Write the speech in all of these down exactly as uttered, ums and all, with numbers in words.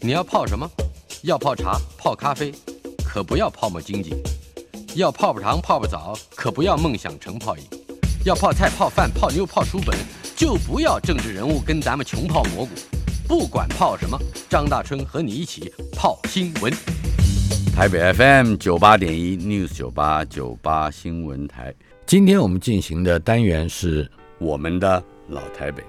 你要泡什么？要泡茶、泡咖啡，可不要泡沫经济；要泡泡糖、泡泡澡，可不要梦想成泡影；要泡菜、泡饭、泡妞、泡书本，就不要政治人物跟咱们穷泡蘑菇。不管泡什么，张大春和你一起泡新闻。 台北 F M 九八点一 News 九八九八新闻台，今天我们进行的单元是我们的老台北。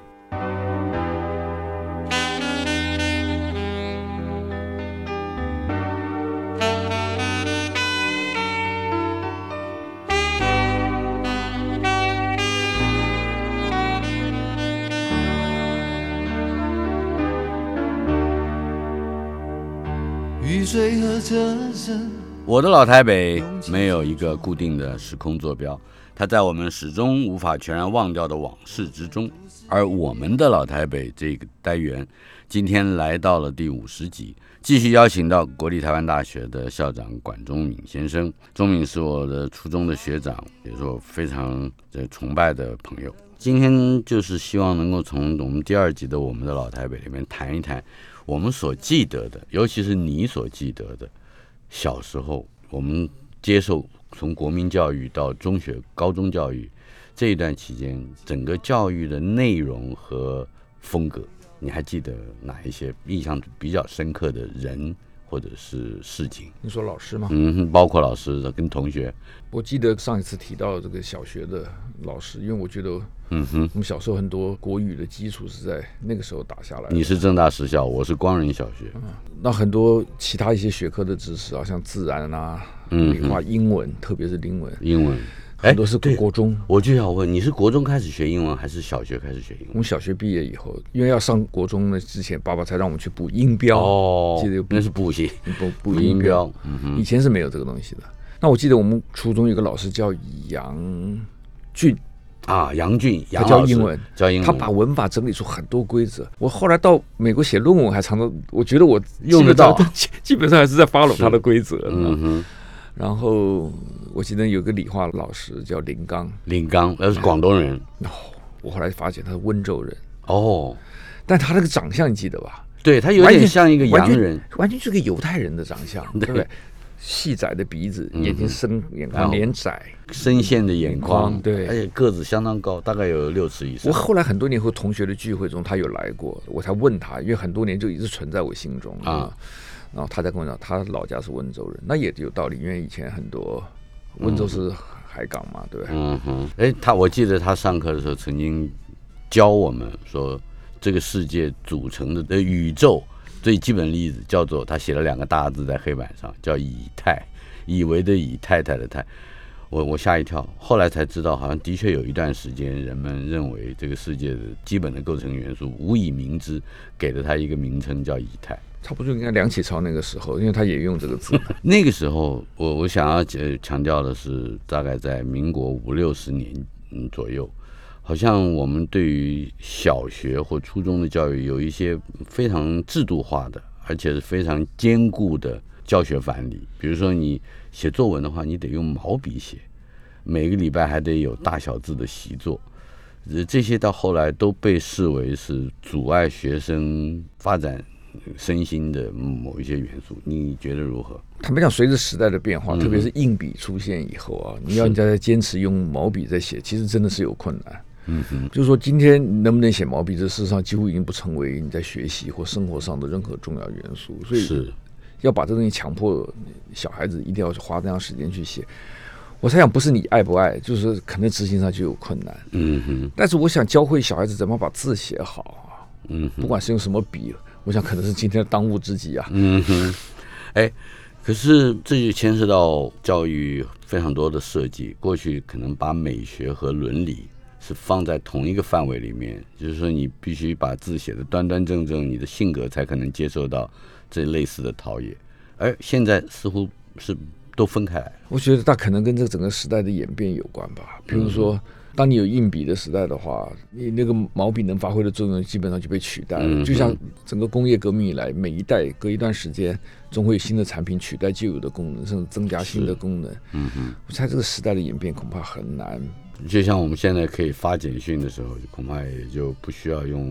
我的老台北没有一个固定的时空坐标，它在我们始终无法全然忘掉的往事之中。而我们的老台北这个单元今天来到了第五十集，继续邀请到国立台湾大学的校长管中闵先生。中闵是我的初中的学长，也是我非常崇拜的朋友。今天就是希望能够从我们第二集的我们的老台北里面谈一谈我们所记得的，尤其是你所记得的小时候我们接受从国民教育到中学高中教育这一段期间，整个教育的内容和风格，你还记得哪一些印象比较深刻的人或者是事情？ 你说老师吗？ 嗯，包括老师跟同学。 我记得上一次提到这个小学的老师，因为我觉得嗯哼，我们小时候很多国语的基础是在那个时候打下来的。 你是政大实校，我是光仁小学、嗯、 那很多其他一些学科的知识啊，像自然啊、理化、英文，特别是英文英文很多是国中。 我就想问，你是国中开始学英文还是小学开始学英文？ 我们小学毕业以后，因为要上国中呢之前，爸爸才让我们去补音标。 哦， 记得那是补习， 补补音标、 嗯。 以前是没有这个东西的。那我记得我们初中有个老师叫杨俊啊，杨俊， 他教英文， 教英文， 他把文法整理出很多规则。我后来到美国写论文，还常常我觉得我用得到， 基本上还是在 follow 他的规则。 嗯哼。 然后我记得有个理化老师叫林刚， 林刚那是广东人。 哦，我后来发现他是温州人。 哦， 但他那个长相你记得吧？ 对，他有点像一个洋人， 完全是个犹太人的长相，对不对？细窄的鼻子，眼睛深，眼眶脸窄， 深陷的眼眶， 对， 而且个子相当高，大概有六尺以上。 我后来很多年后同学的聚会中，他有来过，我才问他，因为很多年就一直存在我心中啊。然后他才跟我讲，他老家是温州人，那也有道理，因为以前很多温州是海港嘛，对不对？ 嗯哼，哎，他我记得他上课的时候曾经教我们说，这个世界组成的的宇宙。最基本的例子叫做，他写了两个大字在黑板上，叫以太，以为的以，太太的太。我我吓一跳，后来才知道，好像的确有一段时间，人们认为这个世界的基本的构成元素无以名之，给了它一个名称叫以太。 差不多应该梁启超那个时候，因为他也用这个字。 那个时候，我我想要强调的是，大概在民国五六十年左右。好像我们对于小学或初中的教育有一些非常制度化的，而且是非常坚固的教学范例。比如说你写作文的话，你得用毛笔写，每个礼拜还得有大小字的习作，这些到后来都被视为是阻碍学生发展身心的某一些元素。你觉得如何？ 坦白讲，随着时代的变化、嗯、特别是硬笔出现以后啊，你要人家再坚持用毛笔在写，其实真的是有困难。 嗯哼， 就是说今天能不能写毛笔，这事实上几乎已经不成为你在学习或生活上的任何重要元素，所以要把这东西强迫小孩子一定要花这样时间去写，我猜想不是你爱不爱，就是可能执行上就有困难。 嗯哼， 但是我想教会小孩子怎么把字写好， 嗯， 不管是用什么笔，我想可能是今天的当务之急啊。 嗯哼，哎，可是这就牵涉到教育非常多的设计，过去可能把美学和伦理是放在同一个范围里面，就是说你必须把字写得端端正正，你的性格才可能接受到这类似的陶冶，而现在似乎是都分开来。 我觉得它可能跟这个整个时代的演变有关吧。比如说、嗯、当你有硬笔的时代的话，你那个毛笔能发挥的作用基本上就被取代了、嗯、就像整个工业革命以来，每一代隔一段时间总会有新的产品取代旧有的功能，甚至增加新的功能。 嗯哼， 我猜这个时代的演变恐怕很难。 就像我们现在可以发简讯的时候，恐怕也就不需要用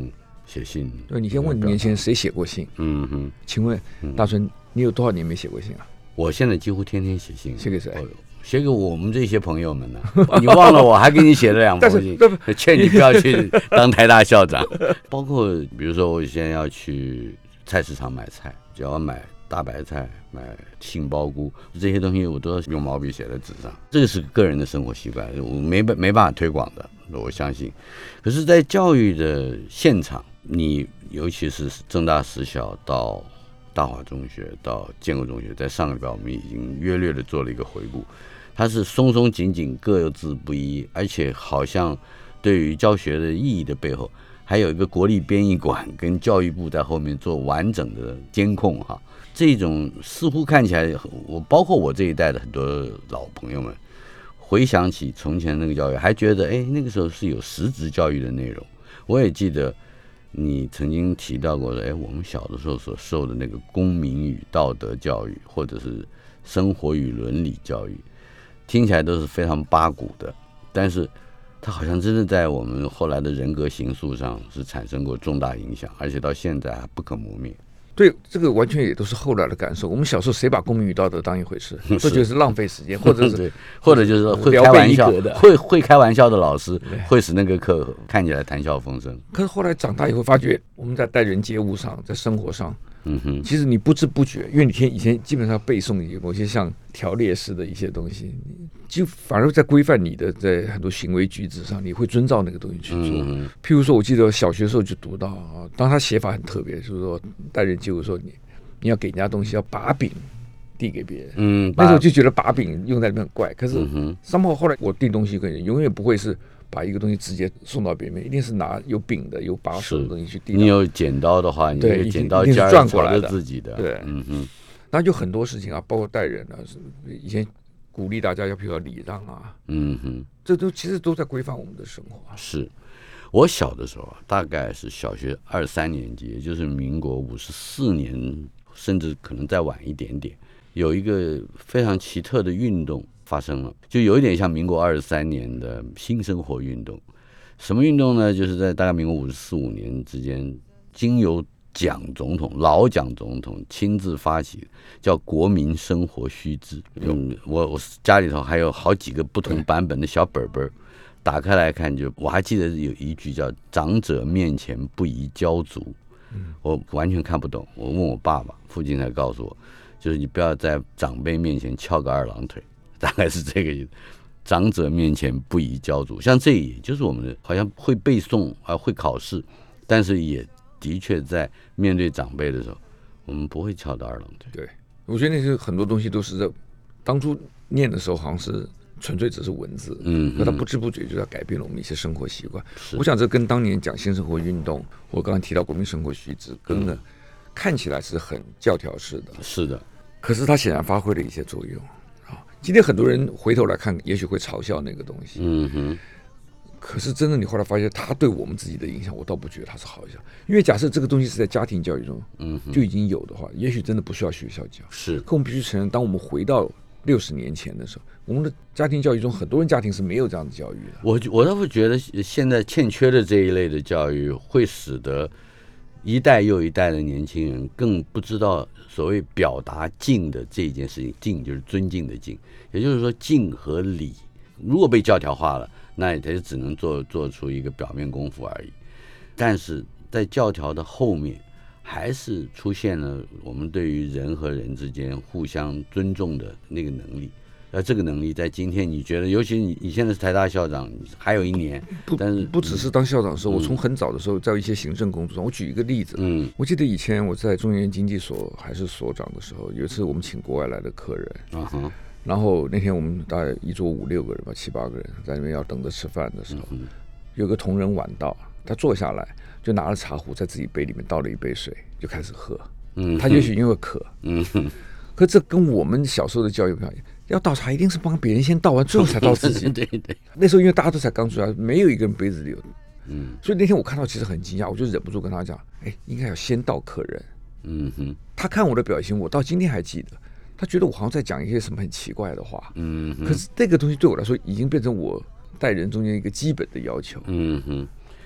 写信。 对，你先问年轻人谁写过信？ 嗯哼， 请问大春，你有多少年没写过信啊？ 我现在几乎天天写信。 写给谁？ 写给我们这些朋友们呢、啊？你忘了我还给你写了两封信，劝你不要去当台大校长。包括比如说，我现在要去菜市场买菜，只要买大白菜、买杏鲍菇这些东西，我都要用毛笔写在纸上。这个是个人的生活习惯，我没没办法推广的，我相信。可是，在教育的现场，你尤其是政大实小到大华中学到建国中学，在上个礼拜我们已经约略的做了一个回顾。它是松松紧紧，各自不一，而且好像对于教学的意义的背后，还有一个国立编译馆跟教育部在后面做完整的监控哈。这种似乎看起来，我包括我这一代的很多老朋友们，回想起从前那个教育，还觉得哎，那个时候是有实质教育的内容。我也记得你曾经提到过的，哎，我们小的时候所受的那个公民与道德教育，或者是生活与伦理教育。听起来都是非常八股的，但是它好像真的在我们后来的人格形塑上是产生过重大影响，而且到现在还不可磨灭。 对，这个完全也都是后来的感受。我们小时候谁把公民与道德当一回事，都觉得是浪费时间，或者是或者就是会开玩笑的，会会开玩笑的老师，会使那个课看起来谈笑风生。 可是后来长大以后，发觉我们在待人接物上，在生活上。 嗯哼， 其实你不知不觉，因为你天以前基本上背诵某些像条列式的一些东西，就反而在规范你的在很多行为举止上，你会遵照那个东西去做。嗯、譬如说，我记得小学的时候就读到啊，当他写法很特别，就是说待人接物说你你要给人家东西要把柄递给别人。 嗯， 那时候就觉得把柄用在里面很怪，可是三炮后来我递东西给人，永远不会是把一个东西直接送到别人，一定是拿有柄的、有把手的东西去递。 你有剪刀的话，你有剪刀尖转过来的自己的。 对， 嗯哼。 那就很多事情啊，包括待人啊，以前鼓励大家要比如说礼让啊， 嗯哼， 这都其实都在规范我们的生活、啊。 是我小的时候啊，大概是小学二三年级，也就是民国五十四年，甚至可能再晚一点点，有一个非常奇特的运动发生了，就有一点像民国二十三年的新生活运动。什么运动呢？就是在大概民国五十四五年之间，经由蒋总统老蒋总统亲自发起，叫国民生活须知。嗯，我我家里头还有好几个不同版本的小本本，打开来看就，我还记得有一句叫“长者面前不宜交足”，我完全看不懂。我问我爸爸，父亲才告诉我，就是你不要在长辈面前翘个二郎腿，大概是这个意思。长者面前不宜交足，像这也就是我们的好像会背诵啊，会考试，但是也的确在面对长辈的时候，我们不会翘到二郎腿。 对，我觉得那些很多东西都是在当初念的时候，好像是纯粹只是文字，嗯，可它不知不觉就在改变了我们一些生活习惯。我想这跟当年讲新生活运动，我刚刚提到国民生活须知，跟呢、嗯、看起来是很教条式的， 是的， 可是它显然发挥了一些作用。今天很多人回头来看，也许会嘲笑那个东西， 嗯哼。 可是真的，你后来发现，他对我们自己的影响，我倒不觉得他是好笑。因为假设这个东西是在家庭教育中，嗯，就已经有的话，也许真的不需要学校教。 是， 可我们必须承认，当我们回到六十年前的时候，我们的家庭教育中，很多人家庭是没有这样的教育的。 我我倒会觉得，现在欠缺的这一类的教育，会使得一代又一代的年轻人更不知道所谓表达敬的这一件事情。敬就是尊敬的敬，也就是说敬和礼，如果被教条化了，那也就只能做做出一个表面功夫而已。但是在教条的后面，还是出现了我们对于人和人之间互相尊重的那个能力。而这个能力在今天，你觉得，尤其你你现在是台大校长，还有一年，但是不只是当校长的时候，嗯、我从很早的时候在一些行政工作上，我举一个例子，嗯，我记得以前我在中原经济所还是所长的时候，有一次我们请国外来的客人，啊哈，然后那天我们大概一桌五六个人吧，七八个人在那边要等着吃饭的时候，嗯、有个同仁晚到，他坐下来就拿了茶壶在自己杯里面倒了一杯水，就开始喝，嗯，他也许因为渴，嗯，可这跟我们小时候的教育不一样。要倒茶一定是帮别人先倒完，最后才倒自己。 对对。 那时候因为大家都才刚出来，没有一个人杯子里有。嗯。所以那天我看到其实很惊讶，我就忍不住跟他讲：“哎，应该要先倒客人。”嗯哼。他看我的表情，我到今天还记得。他觉得我好像在讲一些什么很奇怪的话。嗯哼。可是这个东西对我来说已经变成我待人中间一个基本的要求。 嗯哼。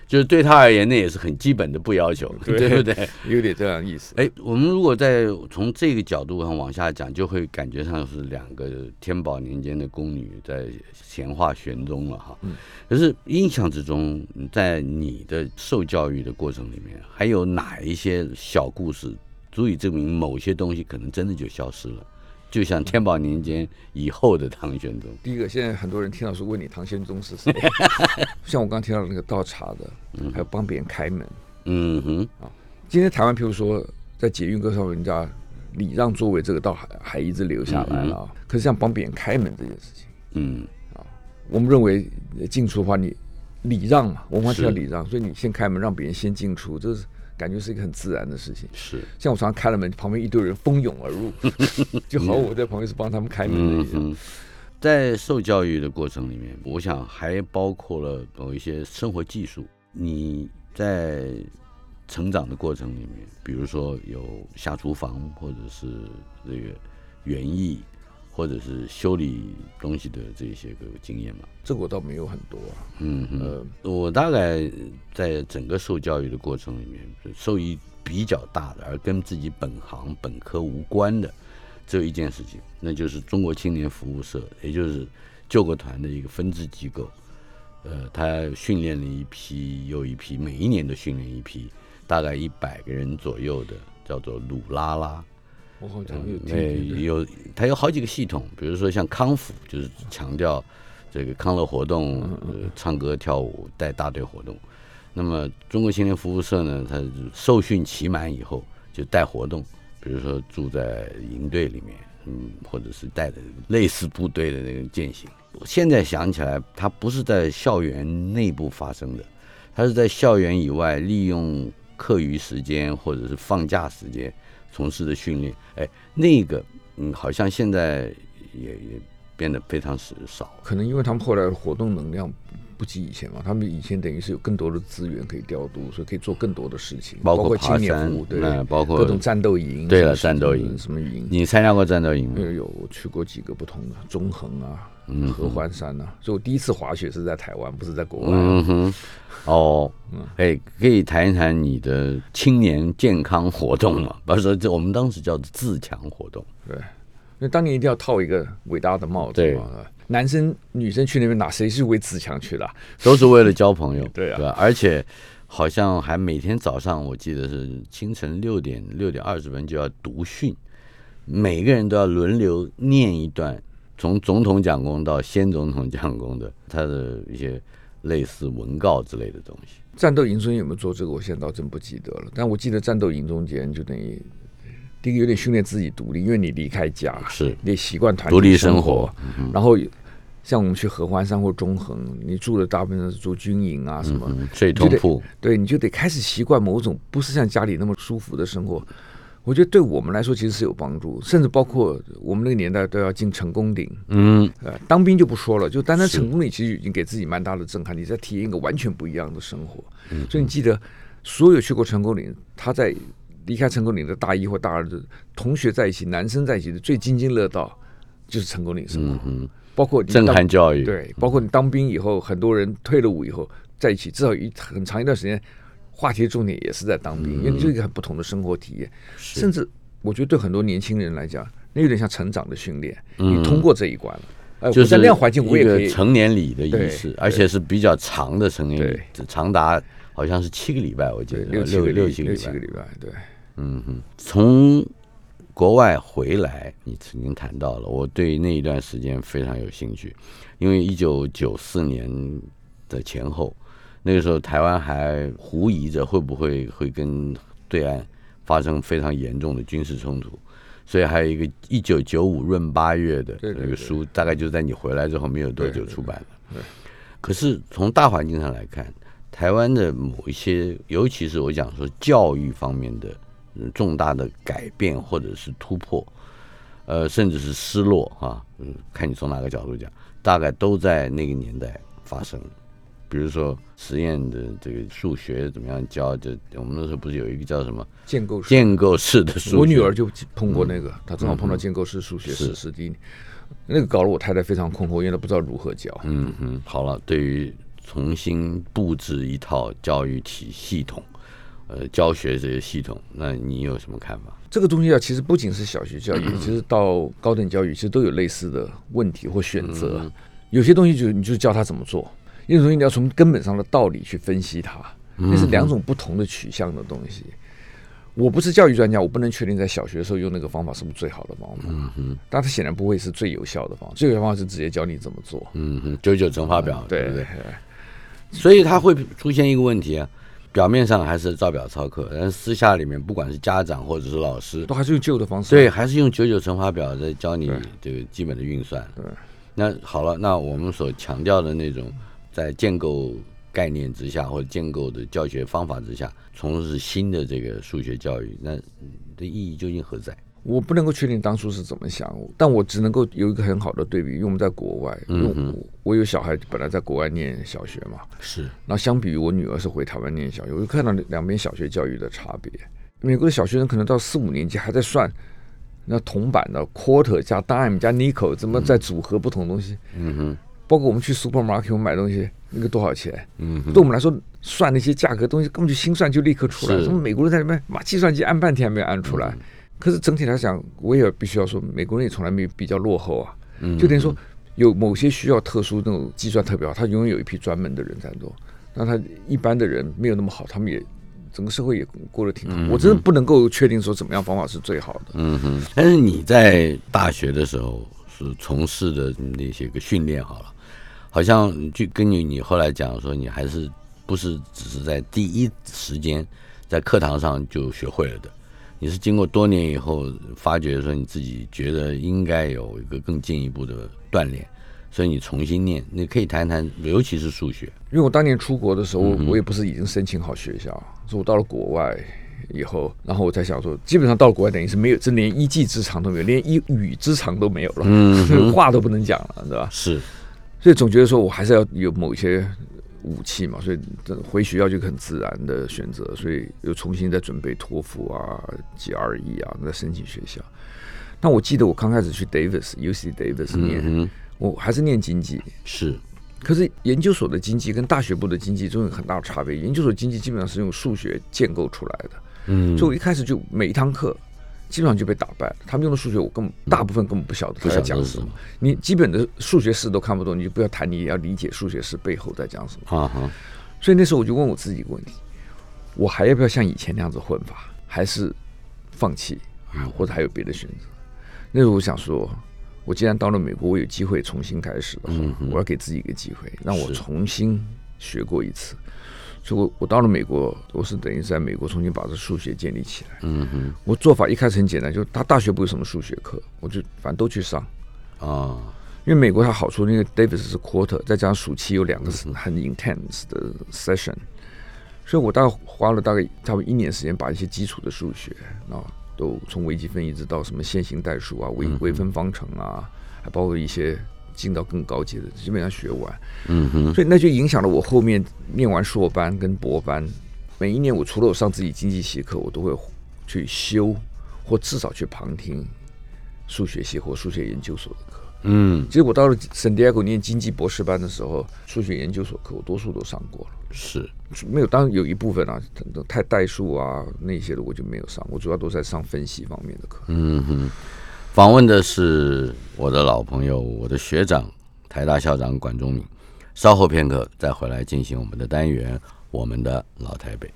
就是对他而言，那也是很基本的不要求，对, 对不对？ 有点这样意思。 哎，我们如果再从这个角度上往下讲，就会感觉上是两个天宝年间的宫女在闲话玄宗了哈。嗯、可是印象之中，在你的受教育的过程里面，还有哪一些小故事足以证明某些东西可能真的就消失了？就像天宝年间以后的唐玄宗。 第一个，现在很多人听到说问你唐玄宗是谁，像我刚刚提到的那个倒茶的，还有帮别人开门。嗯哼，啊，今天台湾譬如说在捷运各上人家礼让座位，这个倒还还一直留下来了、嗯、可是像帮别人开门这件事情，嗯，啊，我们认为进出的话，你礼让嘛，文化提到礼让，所以你先开门让别人先进出，这是。感觉是一个很自然的事情，是像我常常开了门，旁边一堆人蜂拥而入，就好像我在旁边是帮他们开门的一样。嗯、 在受教育的过程里面，我想还包括了某一些生活技术。你在成长的过程里面，比如说有下厨房，或者是这个园艺，或者是修理东西的这些个经验嘛？ 这个我倒没有很多啊。嗯呃，我大概在整个受教育的过程里面，受益比较大的，而跟自己本行本科无关的，只有一件事情，那就是中国青年服务社，也就是救国团的一个分支机构。呃，他训练了一批又一批，每一年都训练一批，大概一百个人左右的，叫做鲁拉拉。 我好像有听、 嗯、有，它有好几个系统，比如说像康复，就是强调这个康乐活动，呃、唱歌跳舞带大队活动。那么中国青年服务社呢，它受训期满以后就带活动，比如说住在营队里面，嗯，或者是带的类似部队的那个践行。现在想起来，它不是在校园内部发生的，它是在校园以外，利用课余时间或者是放假时间从事的训练。哎，那个嗯，好像现在也也变得非常少。 可能因为他们后来的活动能量不及以前嘛，他们以前等于是有更多的资源可以调度，所以可以做更多的事情， 包括青年服务，对、 嗯，包括各种战斗营。 对了，战斗营什么营？ 你参加过战斗营吗？ 有，有，我去过几个不同的，中横啊，嗯，合欢山啊。所以我第一次滑雪是在台湾，不是在国外、啊。嗯哼。 哦，哎，可以谈一谈你的青年健康活动吗？比如说，这我们当时叫自强活动。 对，因为当年一定要套一个伟大的帽子嘛。男生女生去那边哪谁是为自强去的、啊？ 都是为了交朋友。 对啊， 对吧？而且好像还每天早上，我记得是清晨六点六点二十分就要读训，每个人都要轮流念一段从总统讲功到先总统讲功的他的一些类似文告之类的东西。 战斗营中间有没有做这个？我现在倒真不记得了。但我记得战斗营中间就等于第一个有点训练自己独立，因为你离开家， 是你得习惯团体独立生活。 嗯、然后像我们去合欢山或中横，你住的大部分是住军营啊什么， 嗯、睡通铺， 对，你就得开始习惯某种不是像家里那么舒服的生活。我觉得对我们来说其实是有帮助，甚至包括我们那个年代都要进成功岭，嗯，呃，当兵就不说了，就单单成功岭其实已经给自己蛮大的震撼，你在体验一个完全不一样的生活。嗯、所以你记得，所有去过成功岭，他在离开成功岭的大一或大二的同学在一起，男生在一起的最津津乐道就是成功岭生活，嗯、包括震撼教育， 对，包括你当兵以后，很多人退了伍以后在一起，至少一很长一段时间。话题的重点也是在当兵，因为这是一个很不同的生活体验，甚至我觉得对很多年轻人来讲，那有点像成长的训练。嗯、你通过这一关了，呃、 就是在那样环境我也可以成年礼的仪式，而且是比较长的成年礼，长达好像是七个礼拜，我记得六六六七个礼拜，礼拜对， 嗯哼。从国外回来，你曾经谈到了，我对那一段时间非常有兴趣，因为一九九四年的前后。那个时候台湾还狐疑着会不会会跟对岸发生非常严重的军事冲突，所以还有一个一九九五闰八月的那个书，大概就在你回来之后没有多久出版了。对对对对，可是从大环境上来看，台湾的某一些，尤其是我讲说教育方面的重大的改变或者是突破，呃，甚至是失落啊，嗯，看你从哪个角度讲，大概都在那个年代发生了。比如说实验的这个数学怎么样教，就我们那时候不是有一个叫什么建构式建构式的数学， 我女儿就碰过那个，她、嗯、正好碰到建构式数学史诗第一年，那个搞得我太太非常困惑，因为她不知道如何教。 嗯哼，好了，对于重新布置一套教育体系统，呃，教学这些系统，那你有什么看法？ 这个东西啊，其实不仅是小学教育，其实到高等教育，其实都有类似的问题或选择。嗯、有些东西就你就教他怎么做，有些东西你要从根本上的道理去分析它，那是两种不同的取向的东西。我不是教育专家，我不能确定在小学的时候用那个方法是不是最好的方法。嗯哼，但它显然不会是最有效的方法。最有效的方法是直接教你怎么做。 嗯哼，九九乘法表， 嗯、对对不对？所以它会出现一个问题啊。表面上还是照表操课，但是私下里面，不管是家长或者是老师， 都还是用旧的方式。 对，还是用九九乘法表在教你这个基本的运算。 对， 那好了，那我们所强调的那种在建构概念之下，或者建构的教学方法之下，从事新的这个数学教育，那的意义究竟何在？ 我不能够确定当初是怎么想，但我只能够有一个很好的对比，因为我们在国外，因为我我有小孩本来在国外念小学嘛， 是， 那相比于我女儿是回台湾念小学，我就看到两边小学教育的差别。美国的小学生可能到四五年级还在算那铜板的 quarter 加 dime 加 nickel 怎么在组合不同东西，嗯哼，包括我们去 supermarket 我们买东西那个多少钱，嗯，对我们来说算那些价格东西根本就心算就立刻出来，什么美国人在那边把计算机按半天还没有按出来。嗯，可是整体来讲，我也必须要说，美国人也从来没比较落后啊。就等于说，有某些需要特殊那种计算特别好，他永远有一批专门的人在做。那他一般的人没有那么好，他们也整个社会也过得挺好。嗯、我真的不能够确定说怎么样方法是最好的。 嗯哼。但是你在大学的时候是从事的那些个训练好了，好像就跟你你后来讲说，你还是不是只是在第一时间在课堂上就学会了的。你是经过多年以后发觉说你自己觉得应该有一个更进一步的锻炼，所以你重新念。你可以谈谈，尤其是数学。 因为我当年出国的时候，嗯、我也不是已经申请好学校，所以我到了国外以后，然后我才想说，基本上到了国外等于是没有，这连一技之长都没有，连一语之长都没有了，嗯、话都不能讲了，对吧？ 是， 所以总觉得说我还是要有某些武器嘛，所以回学校就很自然的选择，所以又重新再准备托福啊、G R E 啊，再申请学校。那我记得我刚开始去 Davis U C Davis 念，嗯、我还是念经济， 是。 可是研究所的经济跟大学部的经济中有很大的差别。研究所经济基本上是用数学建构出来的，嗯，所以我一开始就每一堂课基本上就被打败了。他们用的数学，我根本大部分根本不晓得他在讲什么。你基本的数学式都看不懂，你就不要谈你要理解数学式背后在讲什么。啊哈！所以那时候我就问我自己一个问题：我还要不要像以前那样子混法，还是放弃，或者还有别的选择？那时候我想说，我既然到了美国，我有机会重新开始的话，嗯、我要给自己一个机会，让我重新学过一次。所以我我到了美国，我是等于在美国重新把这数学建立起来。嗯哼，我做法一开始很简单，就他大学不有什么数学课，我就反正都去上啊。因为美国它好处，因为 Davis 是 quarter， 再加上暑期有两个很 intense 的 session， 所以我大概花了大概差不多一年时间，把一些基础的数学啊，都从微积分一直到什么线性代数啊、微微分方程啊，还包括一些进到更高阶的，基本上学完。嗯哼，所以那就影响了我后面念完硕班跟博班，每一年我除了我上自己经济系课，我都会去修或至少去旁听数学系或数学研究所的课。嗯，其实我到了圣地亚哥念经济博士班的时候，数学研究所课我多数都上过了。 是， 没有，当然有一部分啊，太代数啊那些的我就没有上，我主要都在上分析方面的课。 嗯哼，访问的是我的老朋友，我的学长，台大校长管中闵。稍后片刻再回来进行我们的单元，我们的老台北。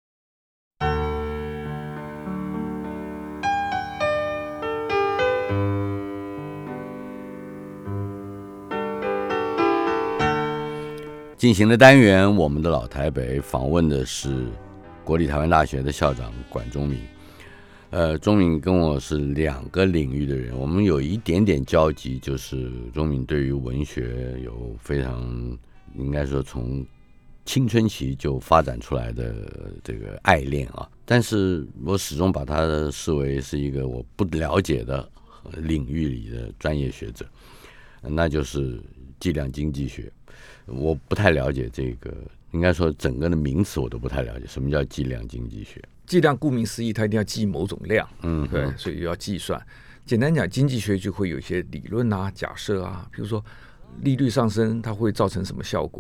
进行的单元，我们的老台北，访问的是国立台湾大学的校长管中闵。呃，中闵跟我是两个领域的人，我们有一点点交集，就是中闵对于文学有非常应该说从青春期就发展出来的这个爱恋啊，但是我始终把他视为是一个我不了解的领域里的专业学者，那就是计量经济学。我不太了解这个，应该说整个的名词我都不太了解，什么叫计量经济学？ 计量顾名思义，它一定要计某种量，嗯，对，所以要计算。简单讲，经济学就会有一些理论啊、假设啊，比如说利率上升，它会造成什么效果？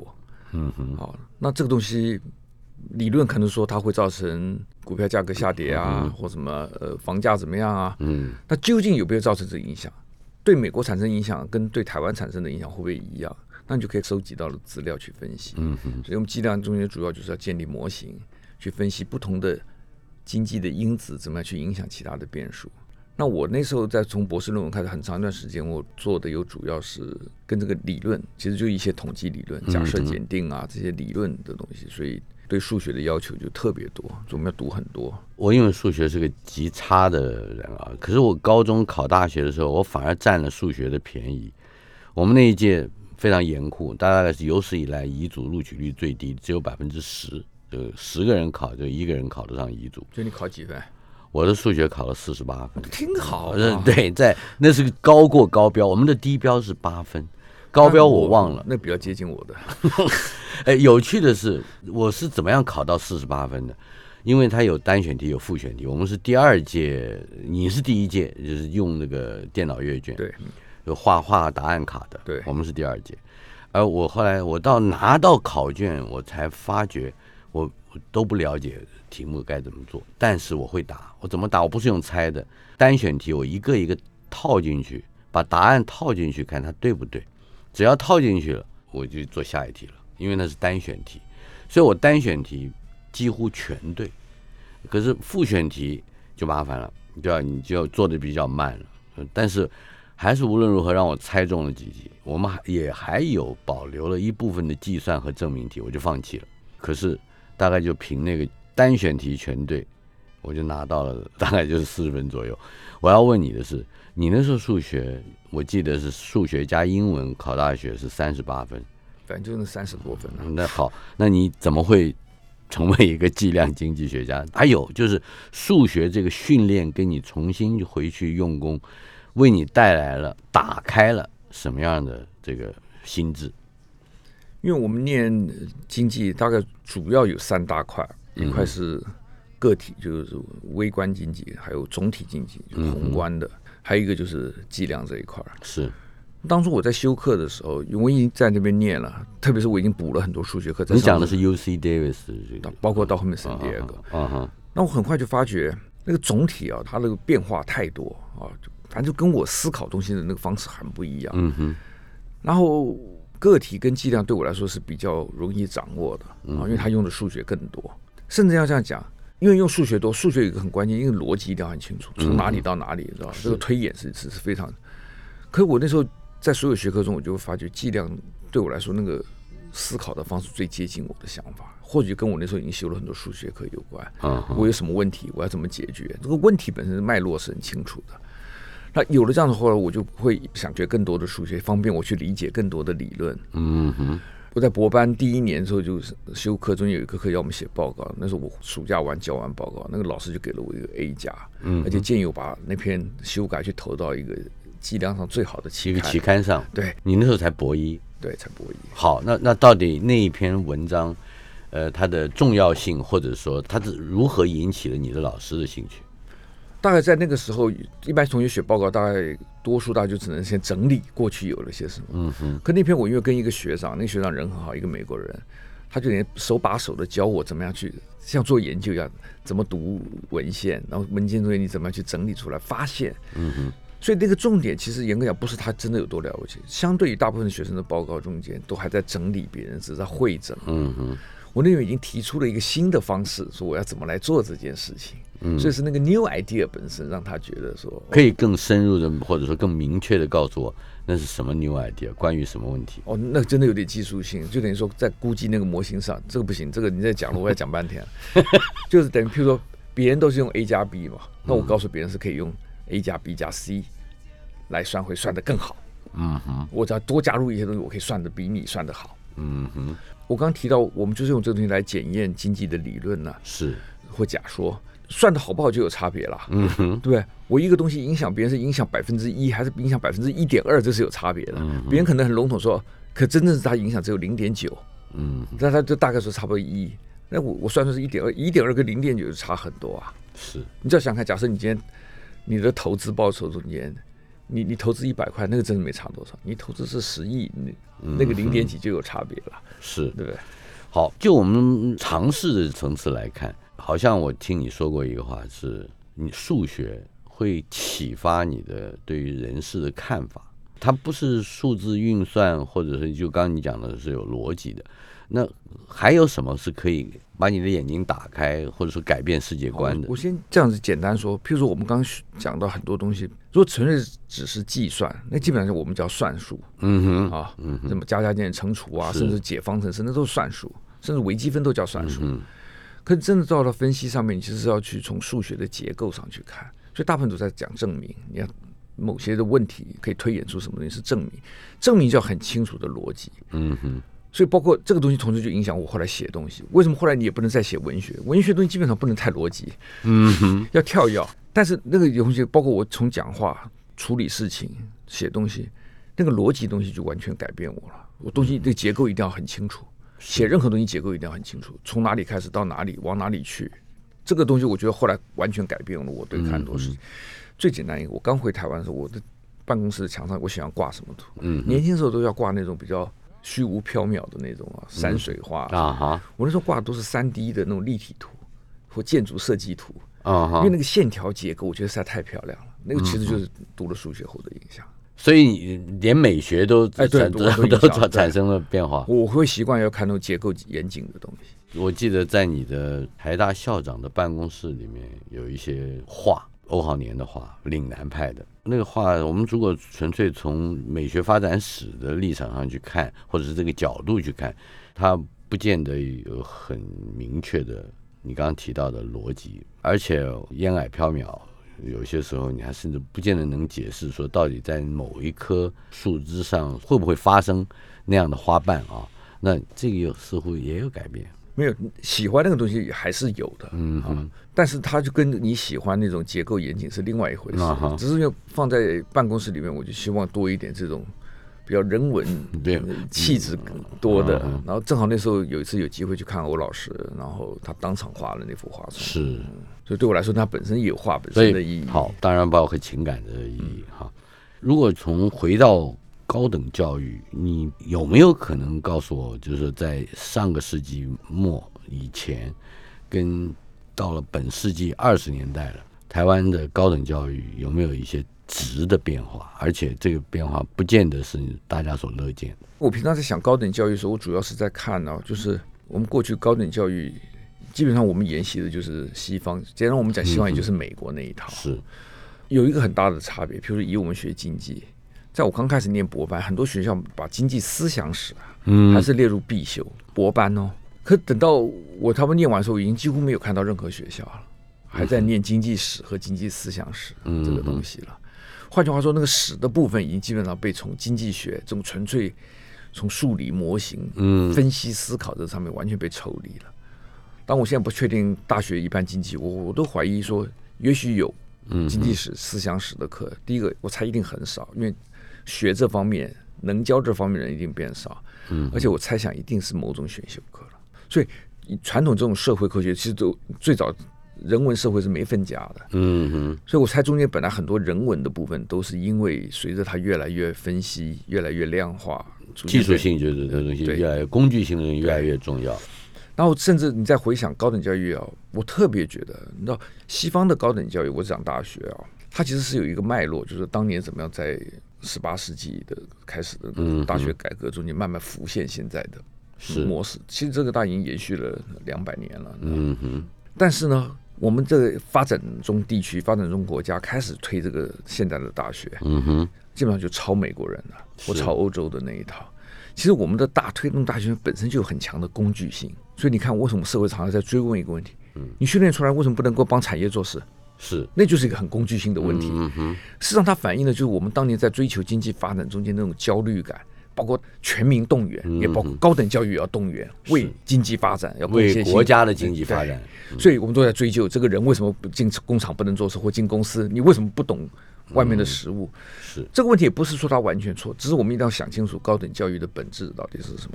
嗯哼， 好，那这个东西理论可能说它会造成股票价格下跌啊，嗯、或什么呃房价怎么样啊？嗯，那究竟有没有造成这个影响？对美国产生影响跟对台湾产生的影响会不会一样？那你就可以收集到的资料去分析。嗯哼，所以我们计量中间主要就是要建立模型，去分析不同的经济的因子怎么样去影响其他的变数。那我那时候在从博士论文开始很长一段时间，我做的有主要是跟这个理论，其实就一些统计理论、假设检定啊这些理论的东西，所以对数学的要求就特别多，所以我们要读很多。 我因为数学是个极差的人啊，可是我高中考大学的时候，我反而占了数学的便宜。我们那一届非常严酷，大概是有史以来乙组录取率最低，只有百分之十，就十个人考就一个人考得上乙组。 所以你考几分？ 我的数学考了四十八分， 挺好的。 对，在那是高过高标，我们的低标是八分，高标我忘了， 那比较接近我的。 哎，有趣的是，我是怎么样考到四十八分的？因为它有单选题，有复选题。我们是第二届，你是第一届，就是用那个电脑阅卷， 对， 有画画答案卡的。 对， 我们是第二届。而我后来我到拿到考卷，我才发觉我我都不了解题目该怎么做，但是我会答。我怎么答？我不是用猜的，单选题我一个一个套进去，把答案套进去，看它对不对。只要套进去了，我就做下一题了，因为那是单选题，所以我单选题几乎全对。可是复选题就麻烦了，就要你就要做的比较慢了。但是还是无论如何让我猜中了几题，我们也还有保留了一部分的计算和证明题，我就放弃了。可是大概就凭那个单选题全对，我就拿到了大概就是四十分左右。我要问你的是，你那时候数学，我记得是数学加英文考大学是三十八分， 反正就是三十多分了。 那好，那你怎么会成为一个计量经济学家？还有就是数学这个训练跟你重新回去用功，为你带来了打开了什么样的这个心智？ 因为我们念经济大概主要有三大块，一块是个体，就是微观经济，还有总体经济，就是宏观的，嗯、还有一个就是计量这一块。 是， 当初我在修课的时候，因为我已经在那边念了，特别是我已经补了很多数学课。 你讲的是 U C Davis， 包括到后面圣地亚哥。嗯哼。那我很快就发觉，那个总体啊，它那个变化太多啊，反正就跟我思考东西的那个方式很不一样。嗯哼。然后个体跟计量对我来说是比较容易掌握的啊，因为它用的数学更多。甚至要这样讲，因为用数学多，数学有一个很关键，因为逻辑一定要很清楚，从哪里到哪里，知道吧？这个推演是是是非常。可是我那时候在所有学科中，我就会发觉计量对我来说那个思考的方式最接近我的想法，或许跟我那时候已经修了很多数学课有关。我有什么问题，我要怎么解决？这个问题本身的脉络是很清楚的。那有了这样的话，我就会想学更多的数学，方便我去理解更多的理论。嗯哼。我在博班第一年的时候，就修课中有一个课要我们写报告，那时候我暑假完交完报告，那个老师就给了我一个 A 加，嗯，而且建议我把那篇修改去投到一个计量上最好的期刊， 一个期刊上。 对， 你那时候才博一， 对，才博一。 好，那那到底那一篇文章，呃，它的重要性，或者说它是如何引起了你的老师的兴趣？ 大概在那个时候，一般同学写报告，大概多数大家就只能先整理过去有了些什么。嗯哼。可那篇我因为跟一个学长，那个学长人很好，一个美国人，他就连手把手的教我怎么样去像做研究一样，怎么读文献，然后文件中间你怎么样去整理出来发现。嗯哼。所以那个重点其实严格讲不是他真的有多了不起，相对于大部分学生的报告中间都还在整理别人，只是在汇整。嗯哼。我那边已经提出了一个新的方式，说我要怎么来做这件事情。嗯，所以是那个 new idea 本身让他觉得说， 可以更深入的或者说更明确的告诉我那是什么 new idea， 关于什么问题。 哦，那真的有点技术性，就等于说在估计那个模型上，这个不行，这个你在讲了，我要讲半天。就是等于譬如说别人都是用 A 加 B 嘛，那我告诉别人是可以用 A 加 B 加 C 来算，会算得更好。嗯哼，我只要多加入一些东西，我可以算得比你算得好。嗯哼，我刚刚提到我们就是用这个东西来检验经济的理论呢、啊， 是或假说。算的好不好就有差别了，嗯哼，对不对？我一个东西影响别人是影响百分之一，还是影响百分之一点二，这是有差别的。嗯、别人可能很笼统说，可真正是他影响只有零点九，嗯，那他就大概说差不多一。那我我算出是一点二，一点二跟零点九就差很多啊。 是， 你只要想看，假设你今天你的投资报酬中间， 你你投资一百块，那个真的没差多少。你投资是十亿，那个零点几就有差别了， 嗯、是对不对？ 好，就我们尝试的层次来看，好像我听你说过一个话，是你数学会启发你的对于人事的看法。它不是数字运算，或者是就刚刚你讲的是有逻辑的，那还有什么是可以把你的眼睛打开，或者说改变世界观的？ 我先这样子简单说，譬如说我们刚刚讲到很多东西，如果纯粹只是计算，那基本上我们叫算术， 嗯哼啊， 嗯哼， 什么加加减乘除啊，甚至解方程式，那都是算术，甚至微积分都叫算术。 嗯、 可是真的到了分析上面，你其实是要去从数学的结构上去看，所以大部分都在讲证明，你要。某些的问题可以推演出什么东西是证明，证明就要很清楚的逻辑。 嗯哼， 所以包括这个东西，同时就影响我后来写东西。为什么后来你也不能再写文学？文学东西基本上不能太逻辑， 嗯哼， 要跳跃。但是那个东西，包括我从讲话、处理事情、写东西，那个逻辑东西就完全改变我了。我东西的结构一定要很清楚，写任何东西结构一定要很清楚，从哪里开始到哪里，往哪里去。这个东西我觉得后来完全改变了我对看很多事情。嗯最简单一个，我刚回台湾的时候，我的办公室的墙上我喜欢挂什么图？嗯，年轻的时候都要挂那种比较虚无缥缈的那种啊，山水画、 嗯、啊哈。 我那时候挂的都是三 D 的那种立体图或建筑设计图啊哈， 因为那个线条结构我觉得实在太漂亮了。那个其实就是读了数学后的影响。嗯、 所以你连美学都哎对都都产生了变化。 我会习惯要看那种结构严谨的东西。 我记得在你的台大校长的办公室里面有一些画。欧浩年的画，岭南派的那个画，我们如果纯粹从美学发展史的立场上去看，或者是这个角度去看，它不见得有很明确的你刚刚提到的逻辑，而且烟霭缥缈，有些时候你还甚至不见得能解释说到底在某一棵树枝上会不会发生那样的花瓣啊？那这个有似乎也有改变。 没有喜欢那个东西还是有的， 嗯哼、啊， 但是它就跟你喜欢那种结构严谨是另外一回事。啊、只是因为放在办公室里面，我就希望多一点这种比较人文、气质多的。嗯、然后正好那时候有一次有机会去看欧老师，然后他当场画了那幅画， 是、 嗯，所以对我来说，它本身也有画本身的意义。 好，当然包括情感的意义哈、嗯。如果从回到高等教育，你有没有可能告诉我，就是在上个世纪末以前，跟到了本世纪二十年代了，台湾的高等教育有没有一些质的变化？而且这个变化不见得是大家所乐见的。 我平常在想高等教育的时候，我主要是在看呢、啊，就是我们过去高等教育基本上我们沿袭的就是西方，简单我们讲西方也就是美国那一套。 嗯、是有一个很大的差别，比如说以我们学经济。在我刚开始念博班，很多学校把经济思想史啊，嗯，还是列入必修博班哦。可等到我他们念完的时候，已经几乎没有看到任何学校了，还在念经济史和经济思想史这个东西了。换句话说，那个史的部分已经基本上被从经济学这种纯粹从数理模型、嗯，分析思考这上面完全被抽离了。当我现在不确定大学一般经济，我我都怀疑说，也许有经济史、思想史的课。第一个，我猜一定很少，因为学这方面能教这方面人一定变少，嗯，而且我猜想一定是某种选修课了。所以传统这种社会科学其实都最早人文社会是没分家的，嗯哼。所以我猜中间本来很多人文的部分都是因为随着它越来越分析、越来越量化， 技术性就是这东西越来越工具性的东西越来越重要。 然后甚至你再回想高等教育啊，我特别觉得，你知道西方的高等教育，我讲大学啊，它其实是有一个脉络，就是当年怎么样在十八世纪的开始的大学改革中间慢慢浮现现在的模式。其实这个大已经延续了两百年了。嗯哼。但是呢，我们这个发展中地区、发展中国家开始推这个现代的大学，嗯哼，基本上就抄美国人了，或抄欧洲的那一套。其实我们的大推动大学生本身就有很强的工具性，所以你看，为什么社会常常在追问一个问题：嗯，你训练出来为什么不能够帮产业做事？ 是， 那就是一个很工具性的问题。嗯哼，事实上，它反映的就是我们当年在追求经济发展中间那种焦虑感，包括全民动员，嗯、也包括高等教育也要动员，为经济发展要贡献为国家的经济发展。 嗯、所以我们都在追究这个人为什么不进工厂不能做事，或进公司，你为什么不懂外面的食物？嗯、是这个问题也不是说他完全错，只是我们一定要想清楚高等教育的本质到底是什么。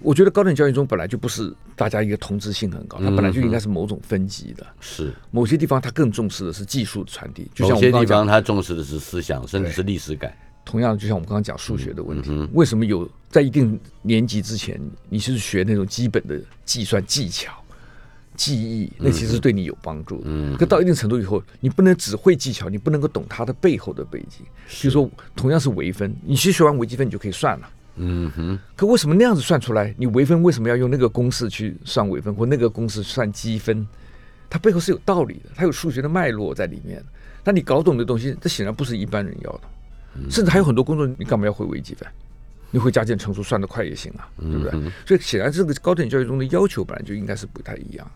我觉得高等教育中本来就不是大家一个同质性很高，它本来就应该是某种分级的。 是某些地方它更重视的是技术的传递，就像某些地方它重视的是思想，甚至是历史感。 同样，就像我们刚刚讲数学的问题，嗯、为什么有在一定年级之前，你是学那种基本的计算技巧、记忆，那其实对你有帮助。嗯，可到一定程度以后，你不能只会技巧，你不能够懂它的背后的背景。比如说，同样是微分，你其实学完微积分，你就可以算了。嗯哼，可为什么那样子算出来？你微分为什么要用那个公式去算微分，或那个公式算积分？它背后是有道理的，它有数学的脉络在里面。但你搞懂的东西，这显然不是一般人要的。嗯、甚至还有很多工作，你干嘛要会微积分？你会加减乘除算得快也行啊，对不对？嗯、所以显然这个高等教育中的要求本来就应该是不太一样。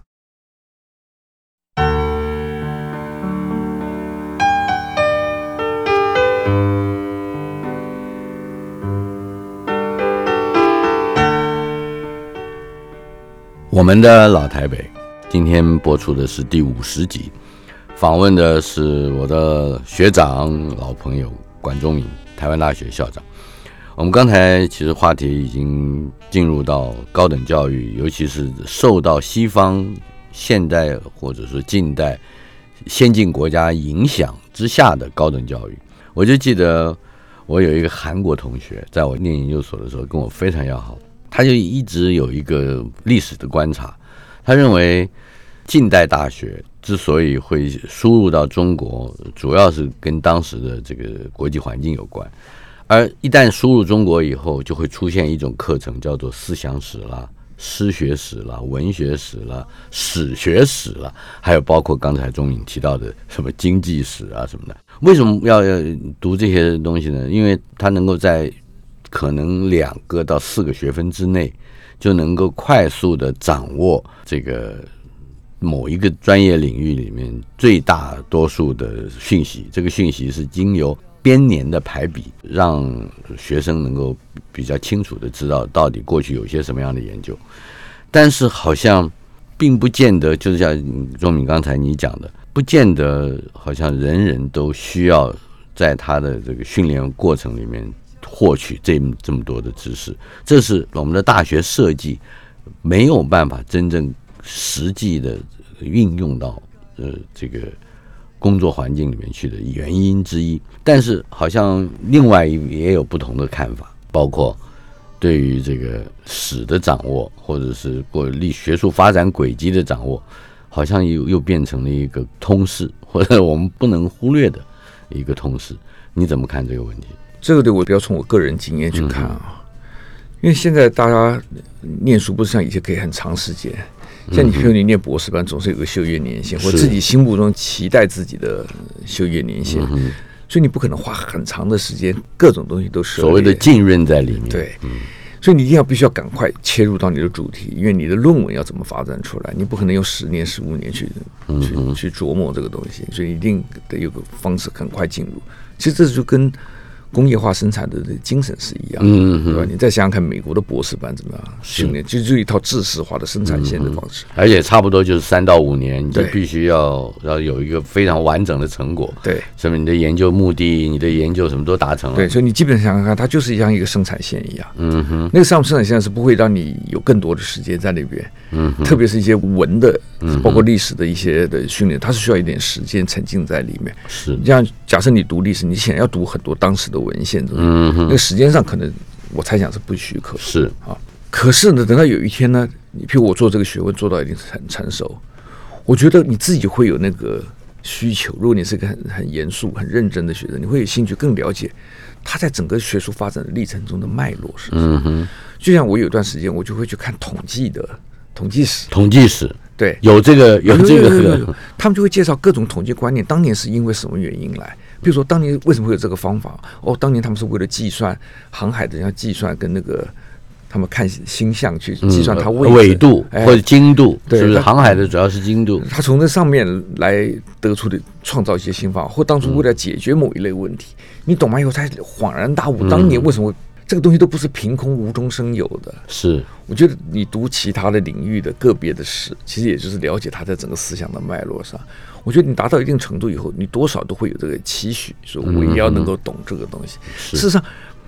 我们的老台北今天播出的是第五十集，访问的是我的学长老朋友管中闵，台湾大学校长。我们刚才其实话题已经进入到高等教育，尤其是受到西方现代或者说近代先进国家影响之下的高等教育。我就记得我有一个韩国同学，在我念研究所的时候跟我非常要好，他就一直有一个历史的观察，他认为近代大学之所以会输入到中国，主要是跟当时的这个国际环境有关，而一旦输入中国以后，就会出现一种课程叫做思想史啦、诗学史啦、文学史啦、史学史啦，还有包括刚才钟闵提到的什么经济史啊什么的。为什么要读这些东西呢？因为它能够在可能两个到四个学分之内，就能够快速的掌握这个某一个专业领域里面最大多数的讯息。这个讯息是经由编年的排比，让学生能够比较清楚的知道到底过去有些什么样的研究。但是好像并不见得，就是像钟闵刚才你讲的，不见得好像人人都需要在他的这个训练过程里面获取这这么多的知识。这是我们的大学设计没有办法真正实际的运用到呃这个工作环境里面去的原因之一。但是好像另外也有不同的看法，包括对于这个史的掌握，或者是过历学术发展轨迹的掌握，好像又又变成了一个通识，或者我们不能忽略的一个通识。你怎么看这个问题？ 这个对我不要从我个人经验去看啊，嗯、因为现在大家念书不是像以前可以很长时间，像你，譬如你念博士班，总是有个修业年限，或自己心目中期待自己的修业年限，嗯、所以你不可能花很长的时间，各种东西都涉猎， 所谓的浸润在里面。 对，嗯、所以你一定要必须要赶快切入到你的主题，因为你的论文要怎么发展出来，你不可能用十年、十五年去去去琢磨这个东西，所以一定得有个方式很快进入。其实这就跟工业化生产的精神是一样的，嗯、对吧？你再想想看，美国的博士班怎么样训练，就就一套制式化的生产线的方式， 嗯、而且差不多就是三到五年，你就必须要要有一个非常完整的成果。 对， 什么你的研究目的、你的研究什么都达成了。 对，所以你基本上看，它就是像一个生产线一样。嗯哼，那个上生产线是不会让你有更多的时间在那边。嗯，特别是一些文的，包括历史的一些的训练，它是需要一点时间沉浸在里面。 是， 这样假设你读历史，你想要读很多当时的文献，嗯，那个时间上可能我猜想是不许可。 是啊，可是呢，等到有一天呢，你譬如我做这个学问做到一定很成熟，我觉得你自己会有那个需求。如果你是个很很严肃、很认真的学生，你会有兴趣更了解他在整个学术发展的历程中的脉络是什么。嗯哼，就像我有段时间，我就会去看统计的。统计史， 统计史， 对， 有这个，有这个， 有有有有他们就会介绍各种统计观念，当年是因为什么原因来？比如说，当年为什么会有这个方法？哦，当年他们是为了计算航海的人要计算跟那个他们看星象去计算它位置、 纬度或者经度， 对， 是不是？航海的主要是经度， 他从这上面来得出的创造一些新方法，或当初为了解决某一类问题，你懂吗？以后才恍然大悟，当年为什么会。这个东西都不是凭空无中生有的。 是， 我觉得你读其他的领域的个别的史，其实也就是了解它在整个思想的脉络上。我觉得你达到一定程度以后，你多少都会有这个期许，说我也要能够懂这个东西。嗯、事实上，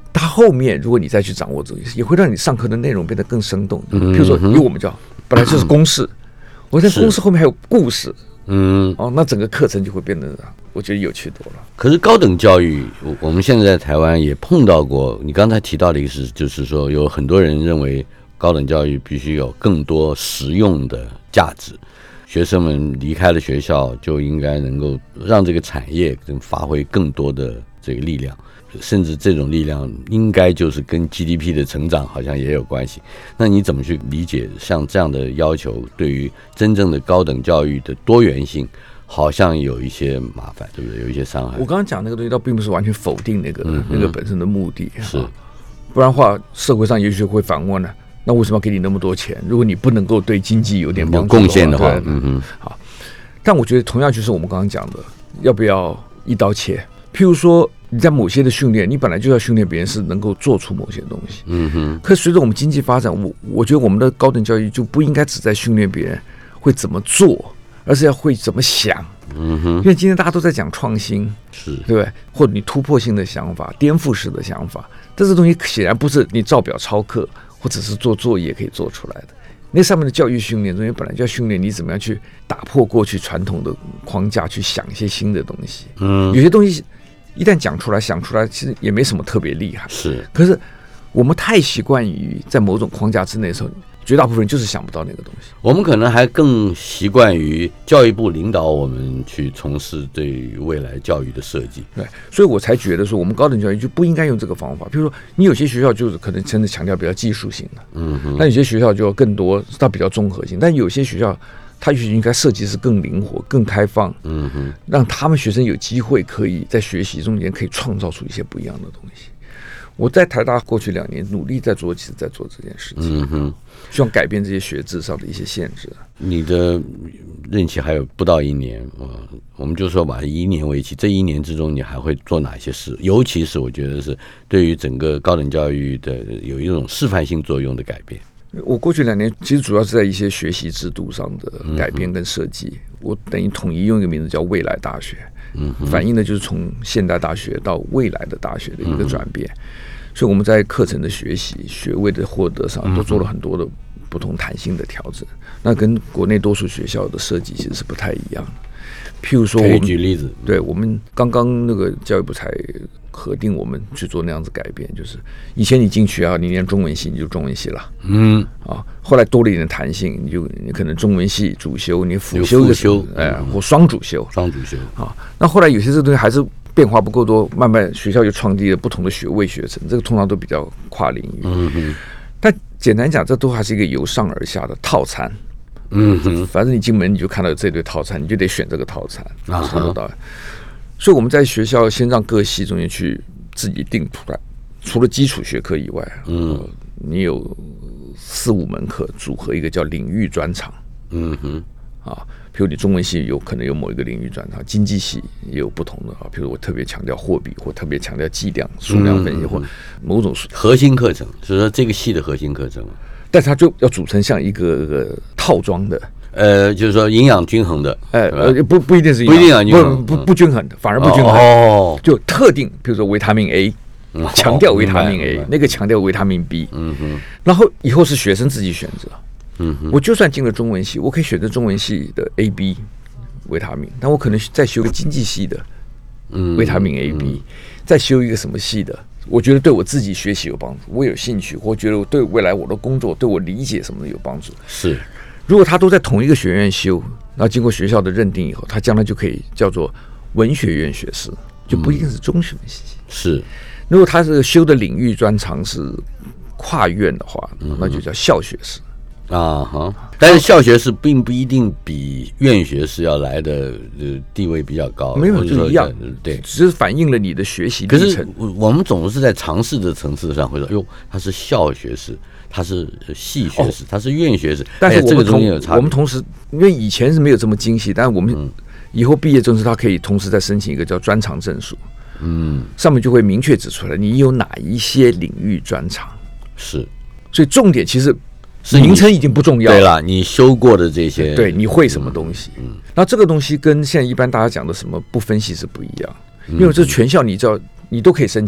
它后面如果你再去掌握这个，也会让你上课的内容变得更生动。 嗯， 比如说，以我们教本来就是公式，我在公式后面还有故事。嗯，哦，那整个课程就会变得，我觉得有趣多了。 可是高等教育，我们现在在台湾也碰到过。你刚才提到的一个是，就是说有很多人认为高等教育必须有更多实用的价值，学生们离开了学校就应该能够让这个产业能发挥更多的这个力量。甚至这种力量应该就是跟 G D P 的成长好像也有关系。那你怎么去理解像这样的要求对于真正的高等教育的多元性好像有一些麻烦，对不对？有一些伤害。 我刚刚讲那个东西倒并不是完全否定那个、嗯、那个本身的目的， 是， 不然的话社会上也许会反问呢，那为什么要给你那么多钱？如果你不能够对经济有点帮助贡献的话，嗯哼， 好。但我觉得同样就是我们刚刚讲的，要不要一刀切？譬如说你在某些的训练，你本来就要训练别人是能够做出某些东西，嗯哼。可随着我们经济发展，我我觉得我们的高等教育就不应该只在训练别人会怎么做，而是要会怎么想，嗯哼。因为今天大家都在讲创新， 是对不对？或者你突破性的想法、颠覆式的想法，但这东西显然不是你照表抄课或者是做作业可以做出来的。那上面的教育训练中间本来就要训练你怎么样去打破过去传统的框架，去想一些新的东西。嗯，有些东西一旦讲出来、想出来，其实也没什么特别厉害。 是， 可是我们太习惯于在某种框架之内的时候，绝大部分人就是想不到那个东西。 我们可能还更习惯于教育部领导我们去从事对于未来教育的设计。 对，所以我才觉得说，我们高等教育就不应该用这个方法。比如说，你有些学校就是可能真的强调比较技术性的，嗯哼，那有些学校就更多它比较综合性，但有些学校它也许应该设计是更灵活、更开放，嗯哼，让他们学生有机会可以在学习中间可以创造出一些不一样的东西。我在台大过去两年努力在做，其实在做这件事情，嗯哼，希望改变这些学制上的一些限制。 你的任期还有不到一年，呃，我们就说吧，以一年为期，这一年之中你还会做哪些事？尤其是我觉得是对于整个高等教育的有一种示范性作用的改变。 我过去两年其实主要是在一些学习制度上的改变跟设计，嗯、我等于统一用一个名字叫未来大学，嗯，反映的就是从现代大学到未来的大学的一个转变。嗯，所以我们在课程的学习、学位的获得上都做了很多的不同弹性的调整，那跟国内多数学校的设计其实是不太一样的。譬如说我们， 可以举例子， 对，我们刚刚那个教育部才核定我们去做那样子改变，就是以前你进学校，你念中文系你就中文系了，嗯啊，后来多了一点弹性，你就你可能中文系主修，你辅修一个修，哎、呃，或双主修， 双主修啊。那后来有些这个东西还是变化不够多，慢慢学校就创立了不同的学位学程，这个通常都比较跨领域。嗯哼，但简单讲，这都还是一个由上而下的套餐。嗯哼，反正你进门你就看到这堆套餐，你就得选这个套餐，从头到尾。所以我们在学校先让各系中间去自己定出来，除了基础学科以外，嗯、呃，你有四五门课组合一个叫领域专长。嗯哼，啊。比如你中文系有可能有某一个领域专长，经济系也有不同的啊。比如我特别强调货币，或特别强调计量、数量分析，或某种核心课程，所以说这个系的核心课程。 但它就要组成像一个个套装的， 呃，就是说营养均衡的， 哎、呃，不不一定是不一定啊， 不不不均衡的，反而不均衡哦，就特定，比如说维他命 A， 强调维他命 A， 那个强调维他命 B， 嗯哼，然后以后是学生自己选择。嗯，我就算进了中文系，我可以选择中文系的 A、B 维他命，但我可能再修个经济系的维他命 A、B，、嗯、再修一个什么系的，我觉得对我自己学习有帮助，我有兴趣，或觉得对未来我的工作、对我理解什么的有帮助。 是， 如果他都在同一个学院修，然后经过学校的认定以后，他将来就可以叫做文学院学士，就不一定是中文系。 嗯、是， 如果他这个修的领域专长是跨院的话，那就叫校学士。 啊哈，但是校学士并不一定比院学士要来的呃地位比较高， 没有就一样， 对， 只是反映了你的学习历程。 可是我们总是在尝试的层次上会说，哟，他是校学士，他是系学士，他是院学士， 但是我们同、 哎、 我们同时，因为以前是没有这么精细，但是我们以后毕业证书，他可以同时再申请一个叫专长证书，嗯，上面就会明确指出来你有哪一些领域专长， 是， 所以重点其实。名称已经不重要了， 对了，你修过的这些， 对，你会什么东西？嗯，那这个东西跟现在一般大家讲的什么不分析是不一样，因为这全校你知道，你都可以申请，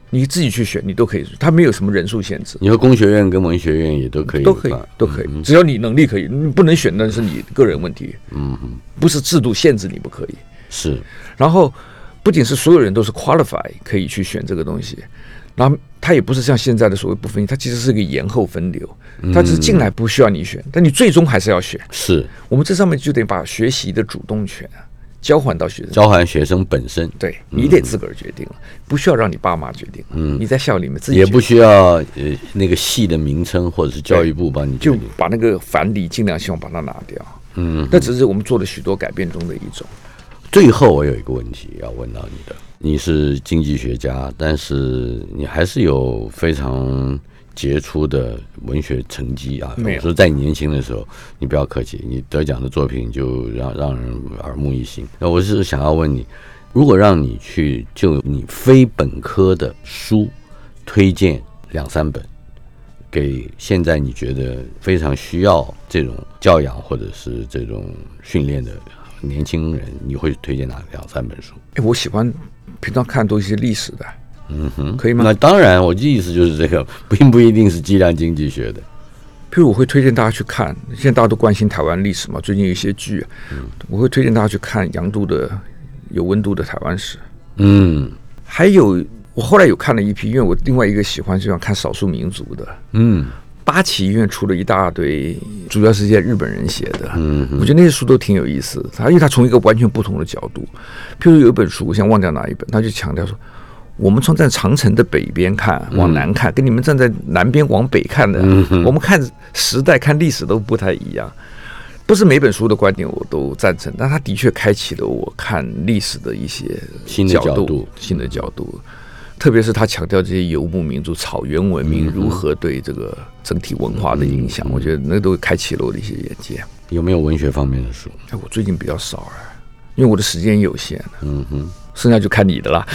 你自己去选，你都可以，它没有什么人数限制。 你说工学院跟文学院也都可以， 都可以，都可以，嗯、只要你能力可以，你不能选那是你个人问题。嗯哼，不是制度限制你不可以。 是， 然后不仅是所有人都是 qualify 可以去选这个东西，然后它也不是像现在的所谓不分，它其实是个延后分流，它只是进来不需要你选，但你最终还是要选。 是我们这上面就得把学习的主动权交还到学生， 交还学生本身， 对你得自个儿决定了，嗯、不需要让你爸妈决定。嗯，你在校里面自己也不需要呃那个系的名称或者是教育部帮你决定， 就把那个藩篱尽量希望把它拿掉。嗯，那只是我们做了许多改变中的一种。 最后我有一个问题要问到你的，你是经济学家，但是你还是有非常杰出的文学成绩啊！我说在你年轻的时候，你不要客气，你得奖的作品就让让人耳目一新。那我是想要问你，如果让你去就你非本科的书推荐两三本，给现在你觉得非常需要这种教养或者是这种训练的年轻人，你会推荐哪两三本书？ 哎，我喜欢平常看都是一些历史的。嗯哼，可以吗？ 那当然，我的意思就是这个，并不一定是计量经济学的。 譬如我会推荐大家去看，现在大家都关心台湾历史嘛，最近有一些剧、啊嗯，我会推荐大家去看杨度的《有温度的台湾史》。嗯，还有我后来有看了一批，因为我另外一个喜欢就想看少数民族的。嗯，八旗医院出了一大堆，主要是一些日本人写的。嗯，我觉得那些书都挺有意思的，他因为他从一个完全不同的角度，譬如有一本书，我现在忘掉哪一本，他就强调说，我们从在长城的北边看往南看，嗯、跟你们站在南边往北看的，嗯、我们看时代、看历史都不太一样。不是每本书的观点我都赞成，但他的确开启了我看历史的一些新的角度、 新的角度。特别是他强调这些游牧民族、草原文明如何对这个整体文化的影响，嗯、我觉得那都开启了我的一些眼界。 有没有文学方面的书？ 哎，我最近比较少哎，因为我的时间有限。嗯哼。剩下就看你的啦。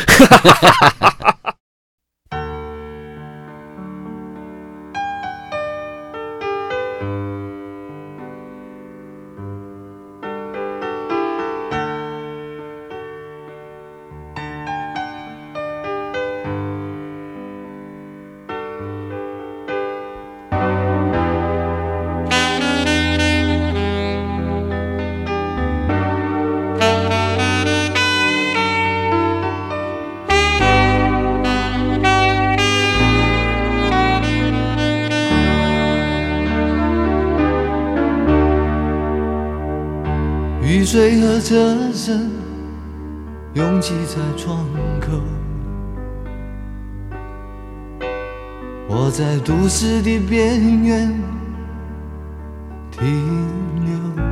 雨水和车声拥挤在窗口，我在都市的边缘停留，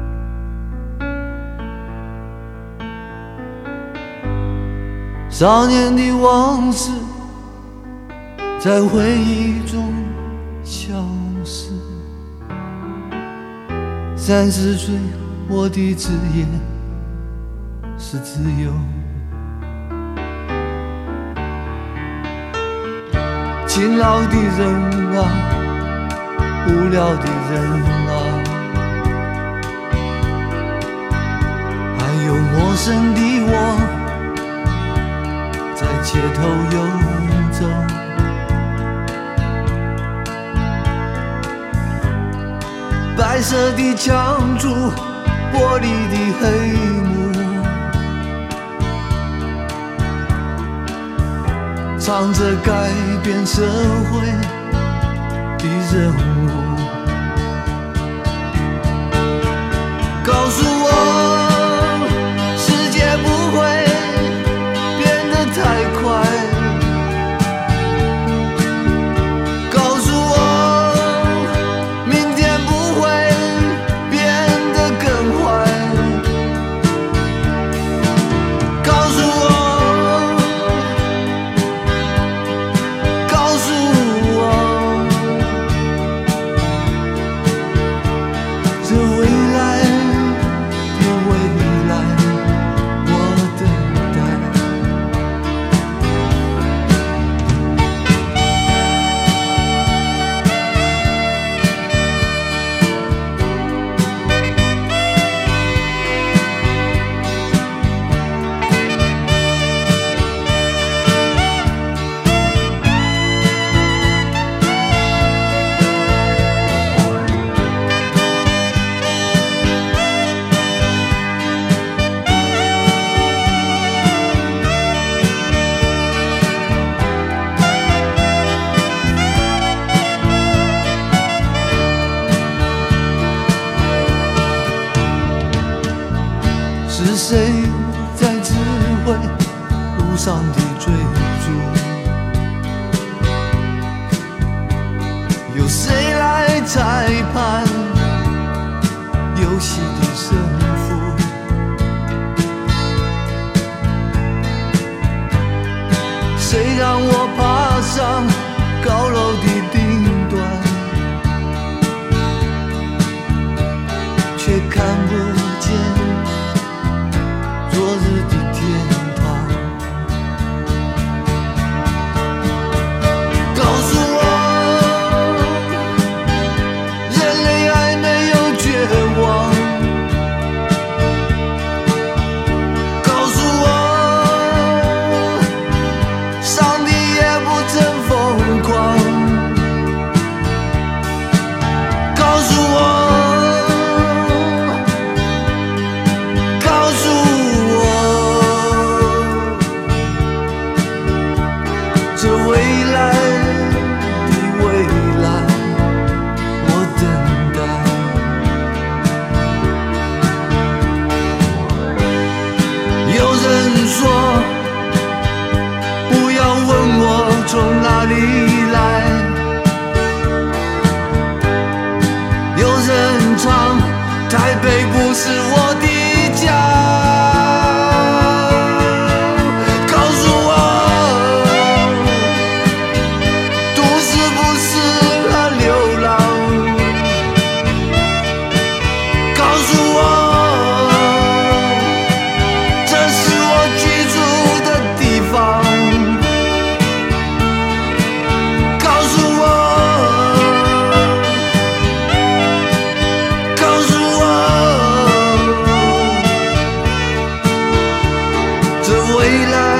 少年的往事在回忆中消失，三十岁我的职业是自由，勤劳的人啊，无聊的人啊，还有陌生的我在街头游走，白色的墙柱，玻璃的黑幕，唱着改变社会的任务，告诉我世界不会变得太快，告诉我明天不会变得更坏，告诉我告诉我上的追逐，由谁来裁判游戏的胜负？谁让我爬上高楼的顶端，却看不见昨日的天堂？告诉我，人类还没有绝望。告诉我，上帝也不曾疯狂。告诉我。从哪里来？有人唱台北不是我的家。告诉我，都市不适合流浪。告诉我，这是我居住的地方。未来